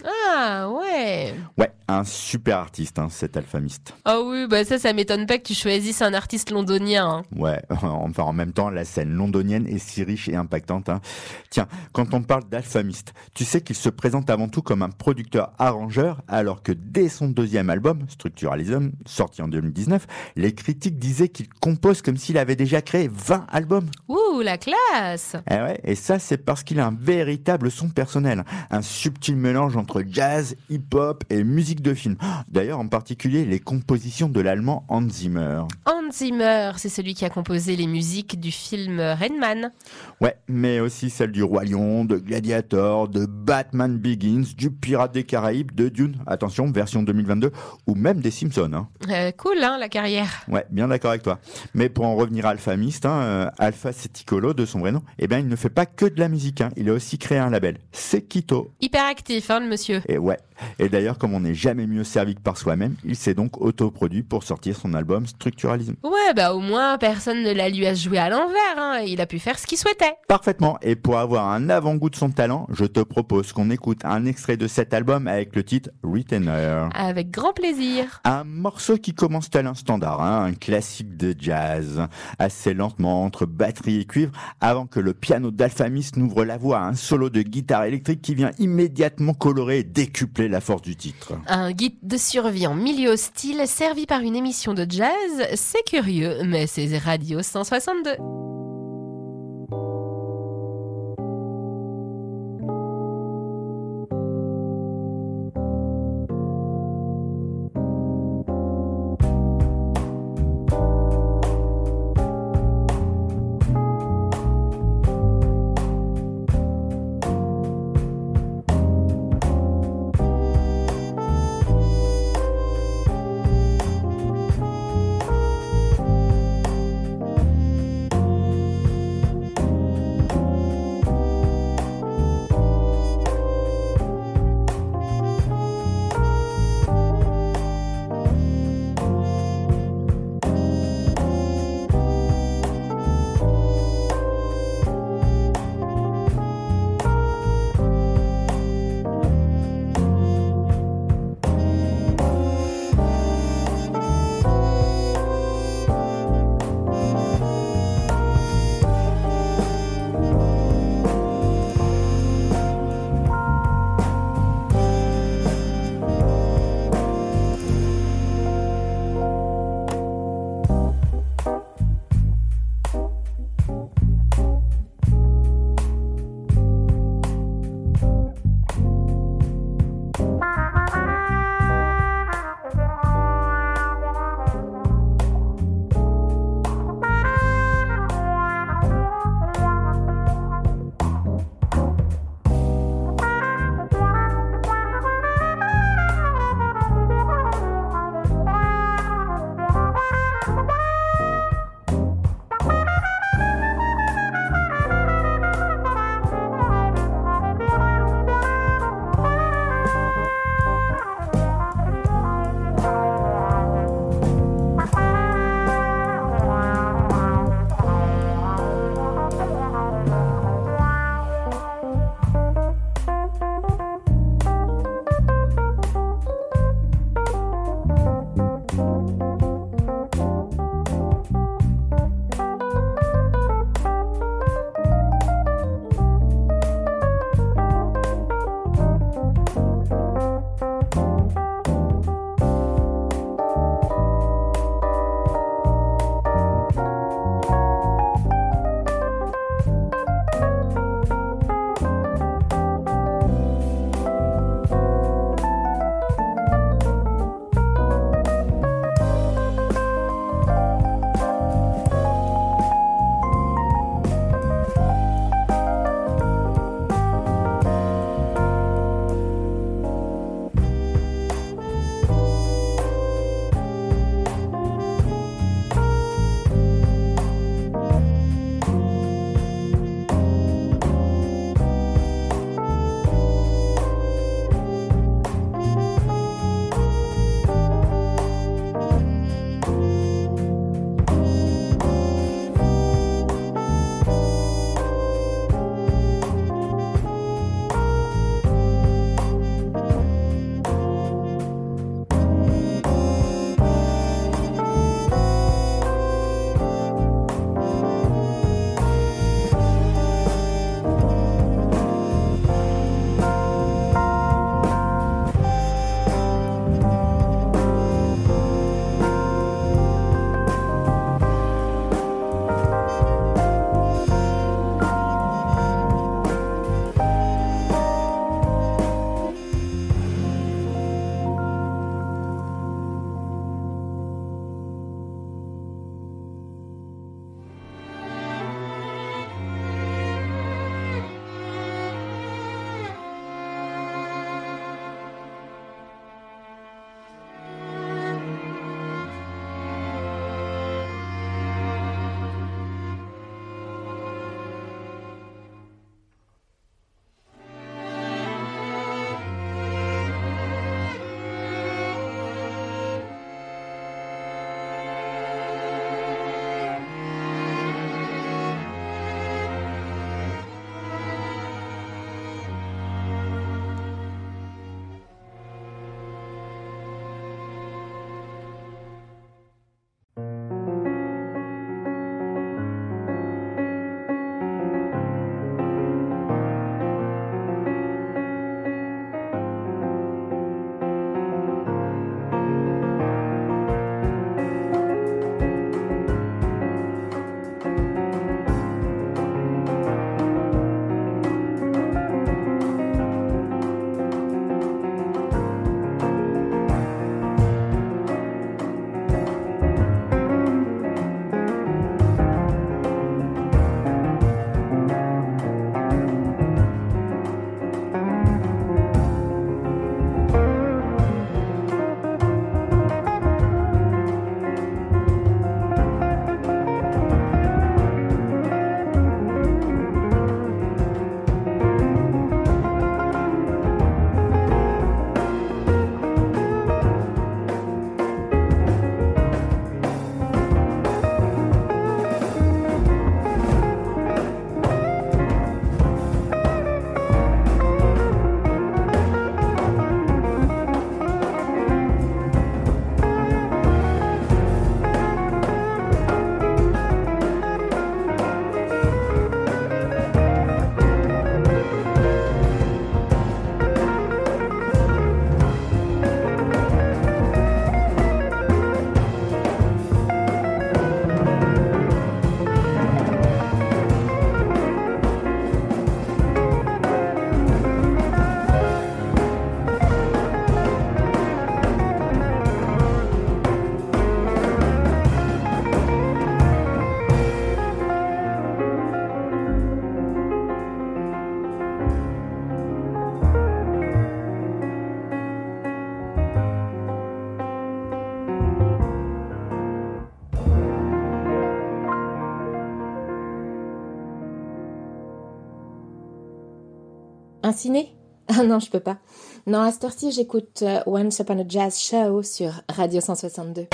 Ah ouais. Ouais, un super artiste, hein, cet Alphamist. Ah oui, bah ça, ça m'étonne pas que tu choisisses un artiste londonien. Hein. Ouais, enfin en même temps, la scène londonienne est si riche et impactante. Hein. Tiens, quand on parle d'Alphamist, tu sais qu'il se présente avant tout comme un producteur-arrangeur, alors que dès son deuxième album, Structuralism, sorti en deux mille dix-neuf, les critiques disaient qu'il compose comme s'il avait déjà créé vingt albums. Ouh, la classe! Et, ouais, et ça, c'est parce qu'il a un véritable son personnel, un subtil mélange entre jazz, hip-hop et musique de film. D'ailleurs, en particulier, les compositions de l'allemand Hans Zimmer. Hans Zimmer, c'est celui qui a composé les musiques du film Rain Man. Ouais, mais aussi celles du Roi Lion, de Gladiator, de Batman Begins, du Pirate des Caraïbes, de Dune, attention, version deux mille vingt-deux, ou même des Simpsons. Hein. Euh, cool, hein, la carrière. Ouais, bien d'accord avec toi. Mais pour en revenir à Alphamist, hein, euh, Alpha Seticolo, de son vrai nom, eh bien, il ne fait pas que de la musique. Hein. Il a aussi créé un label, Sekito. Hyper actif, hein, le monsieur. Et ouais. Et d'ailleurs, comme on n'est jamais mieux servi que par soi-même, il s'est donc autoproduit pour sortir son album Structuralism. Ouais, bah au moins, personne ne l'a lui à jouer à l'envers. Hein. Il a pu faire ce qu'il souhaitait. Parfaitement. Et pour avoir un avant-goût de son talent, je te propose qu'on écoute un extrait de cet album avec le titre Retainer. Avec grand plaisir. Un morceau qui commence tel un standard, hein, un classique de jazz, assez lentement entre batterie et cuivre, avant que le piano d'Alphamist n'ouvre la voie à un solo de guitare électrique qui vient immédiatement colorer et décupler la force du titre. Un guide de survie en milieu hostile servi par une émission de jazz, c'est curieux, mais c'est Radio cent soixante-deux. Thank Un ciné? Ah non, je peux pas. Non, à cette heure-ci, j'écoute euh, Once Upon a Jazz Show sur Radio cent soixante-deux.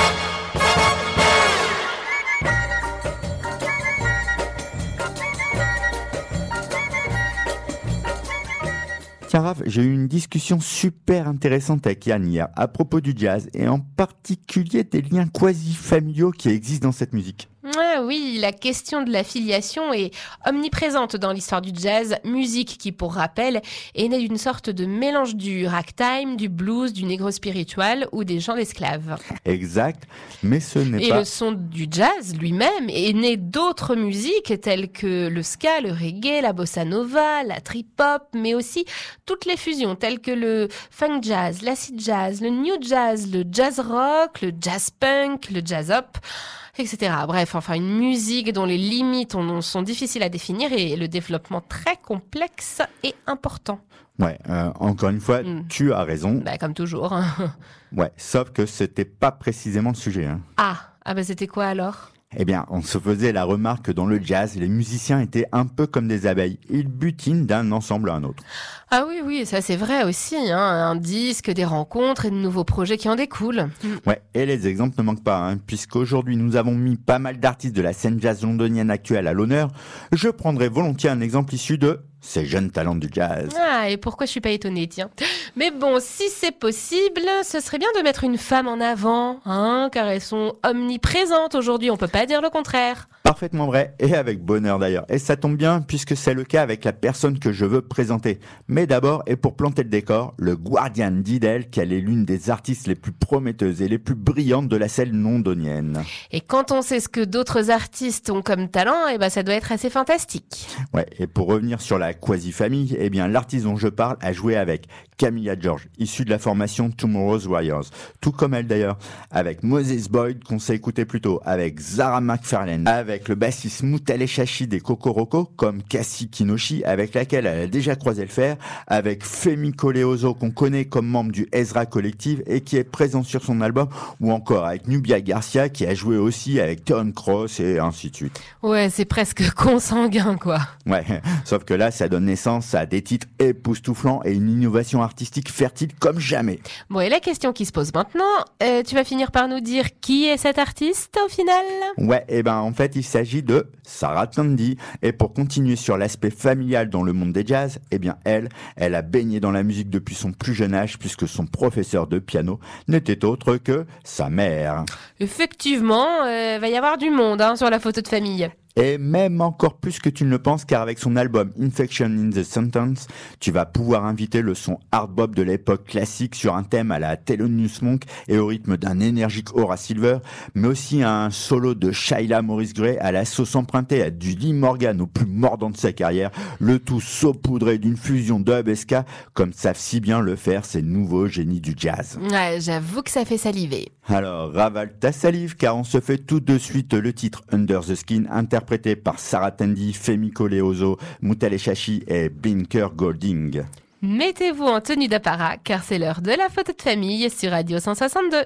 Tiens Raph, j'ai eu une discussion super intéressante avec Yann hier à propos du jazz et en particulier des liens quasi-familiaux qui existent dans cette musique. Ah oui, la question de la filiation est omniprésente dans l'histoire du jazz, musique qui, pour rappel, est née d'une sorte de mélange du ragtime, du blues, du negro spiritual ou des chants d'esclaves. Exact, mais ce n'est Et pas... le son du jazz lui-même est né d'autres musiques telles que le ska, le reggae, la bossa nova, la trip-hop, mais aussi toutes les fusions telles que le funk jazz, l'acid jazz, le new jazz, le jazz rock, le jazz punk, le jazz hop, et cetera. Bref, enfin une musique dont les limites ont- sont difficiles à définir et le développement très complexe et important. Ouais, euh, encore une fois, Mm. tu as raison. Bah, comme toujours. Ouais, sauf que c'était pas précisément le sujet. Hein. Ah, ah bah c'était quoi alors ? Eh bien, on se faisait la remarque que dans le jazz, les musiciens étaient un peu comme des abeilles. Ils butinent d'un ensemble à un autre. Ah oui, oui, ça c'est vrai aussi. Hein. Un disque, des rencontres et de nouveaux projets qui en découlent. Ouais, et les exemples ne manquent pas, hein, puisqu'aujourd'hui nous avons mis pas mal d'artistes de la scène jazz londonienne actuelle à l'honneur. Je prendrai volontiers un exemple issu de ces jeunes talents du jazz. Ah, et pourquoi je suis pas étonnée, tiens. Mais bon, si c'est possible, ce serait bien de mettre une femme en avant, hein, car elles sont omniprésentes aujourd'hui, on peut pas dire le contraire. Parfaitement vrai, et avec bonheur d'ailleurs. Et ça tombe bien, puisque c'est le cas avec la personne que je veux présenter. Mais d'abord, et pour planter le décor, le Guardian d'Idel, qu'elle est l'une des artistes les plus prometteuses et les plus brillantes de la scène londonienne. Et quand on sait ce que d'autres artistes ont comme talent, eh ben ça doit être assez fantastique. Ouais, et pour revenir sur la quasi-famille, eh bien l'artiste dont je parle a joué avec Camilla George, issue de la formation Tomorrow's Warriors, tout comme elle d'ailleurs, avec Moses Boyd qu'on s'est écouté plus tôt, avec Zara McFarlane, avec le bassiste Mutale Shashi des Kokoroko, comme Cassie Kinoshi, avec laquelle elle a déjà croisé le fer, avec Femi Koleoso qu'on connaît comme membre du Ezra Collective et qui est présent sur son album, ou encore avec Nubia Garcia qui a joué aussi avec Tom Cross et ainsi de suite. Ouais, c'est presque consanguin, quoi. Ouais, sauf que là, ça donne naissance à des titres époustouflants et une innovation artistique fertile comme jamais. Bon, et la question qui se pose maintenant, euh, tu vas finir par nous dire qui est cet artiste au final ? Ouais, et ben en fait, il s'agit de Sarah Tandy. Et pour continuer sur l'aspect familial dans le monde des jazz, eh bien elle, elle a baigné dans la musique depuis son plus jeune âge puisque son professeur de piano n'était autre que sa mère. Effectivement, euh, va y avoir du monde hein, sur la photo de famille. Et même encore plus que tu ne le penses, car avec son album Infection in the Sentence, tu vas pouvoir inviter le son hard bop de l'époque classique sur un thème à la Thelonious Monk et au rythme d'un énergique Horace Silver, mais aussi un solo de Sheila Morris Gray à la sauce empruntée à du Lee Morgan au plus mordant de sa carrière, le tout saupoudré d'une fusion dub et ska, comme savent si bien le faire ces nouveaux génies du jazz. Ouais, j'avoue que ça fait saliver. Alors ravale ta salive, car on se fait tout de suite le titre Under the Skin, interprété par Sarah Tandy, Femi Koleoso, Mutale Shashi et Binker Golding. Mettez-vous en tenue d'apparat, car c'est l'heure de la photo de famille sur Radio cent soixante-deux.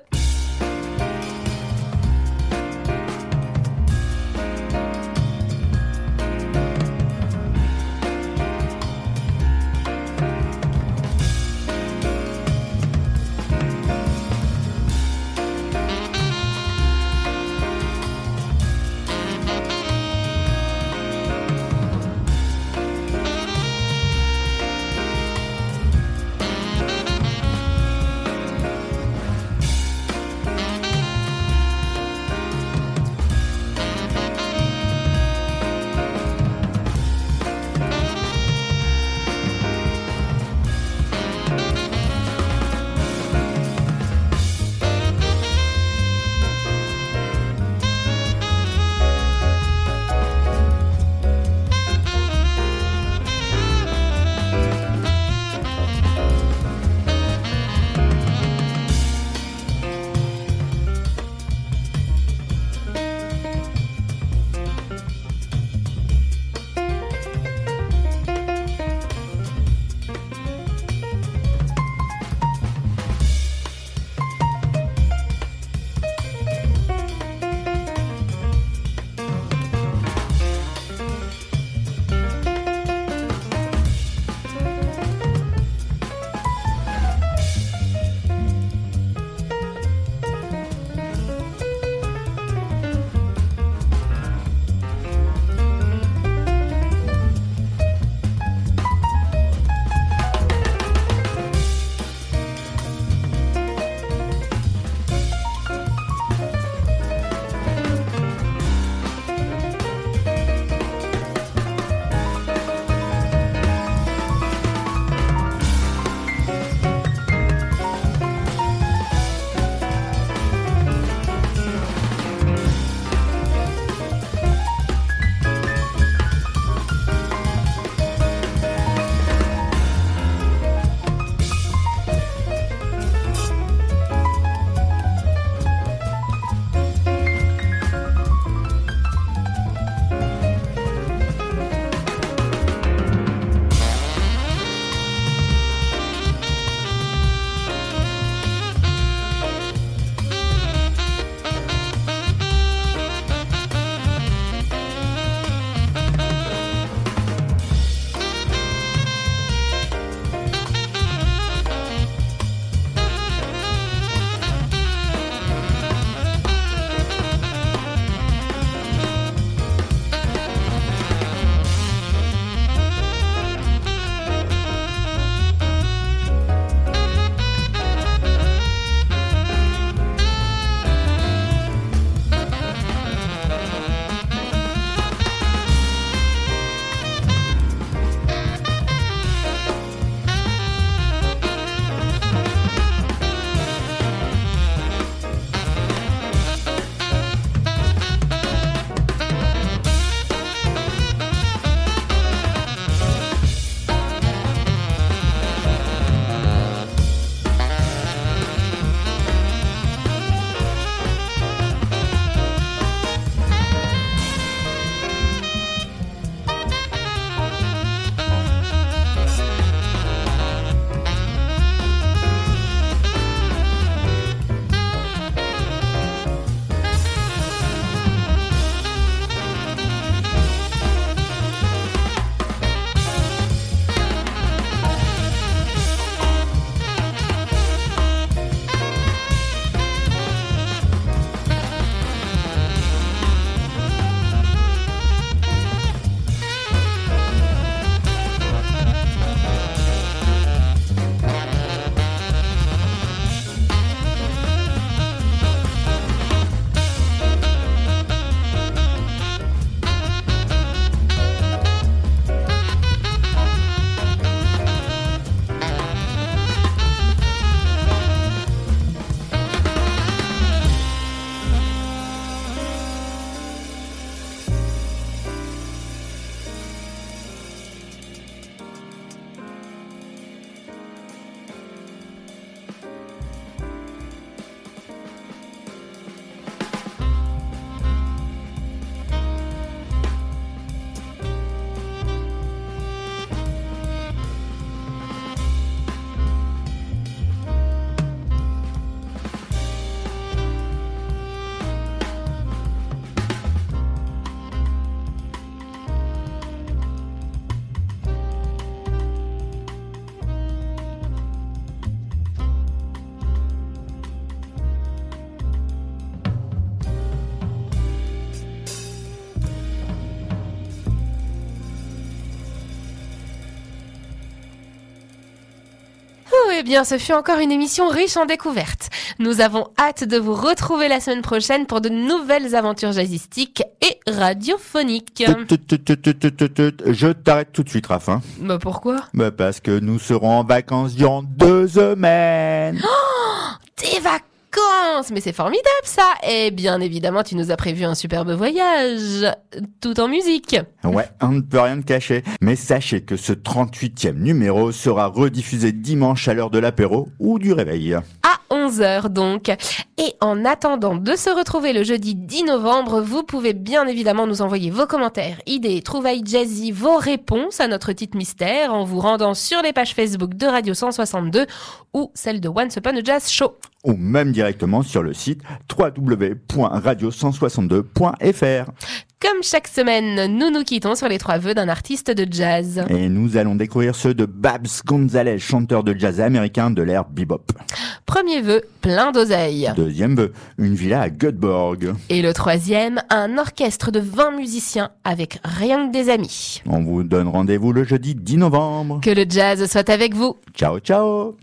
eh bien, ce fut encore une émission riche en découvertes. Nous avons hâte de vous retrouver la semaine prochaine pour de nouvelles aventures jazzistiques et radiophoniques. Tut, tut, tut, tut, tut, tut, tut. Je t'arrête tout de suite, Raph. Hein. Bah pourquoi? Bah parce que nous serons en vacances durant deux semaines. Des vacances! Mais c'est formidable ça! Et bien évidemment, tu nous as prévu un superbe voyage, tout en musique. Ouais, on ne peut rien te cacher. Mais sachez que ce trente-huitième numéro sera rediffusé dimanche à l'heure de l'apéro ou du réveil. À onze heures donc. Et en attendant de se retrouver le jeudi dix novembre, vous pouvez bien évidemment nous envoyer vos commentaires, idées, trouvailles jazzy, vos réponses à notre titre mystère en vous rendant sur les pages Facebook de Radio cent soixante-deux ou celle de Once Upon a Jazz Show. Ou même directement sur le site w w w point radio cent soixante-deux point f r. Comme chaque semaine, nous nous quittons sur les trois vœux d'un artiste de jazz. Et nous allons découvrir ceux de Babs Gonzalez, chanteur de jazz américain de l'ère bebop. Premier vœu, plein d'oseille. Deuxième vœu, une villa à Göteborg. Et le troisième, un orchestre de vingt musiciens avec rien que des amis. On vous donne rendez-vous le jeudi dix novembre. Que le jazz soit avec vous. Ciao, ciao.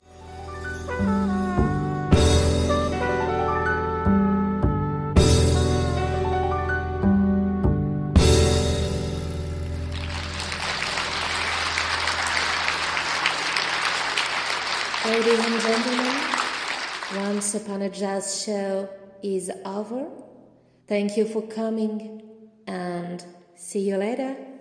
Ladies and gentlemen, Once Upon a Jazz Show is over. Thank you for coming and see you later.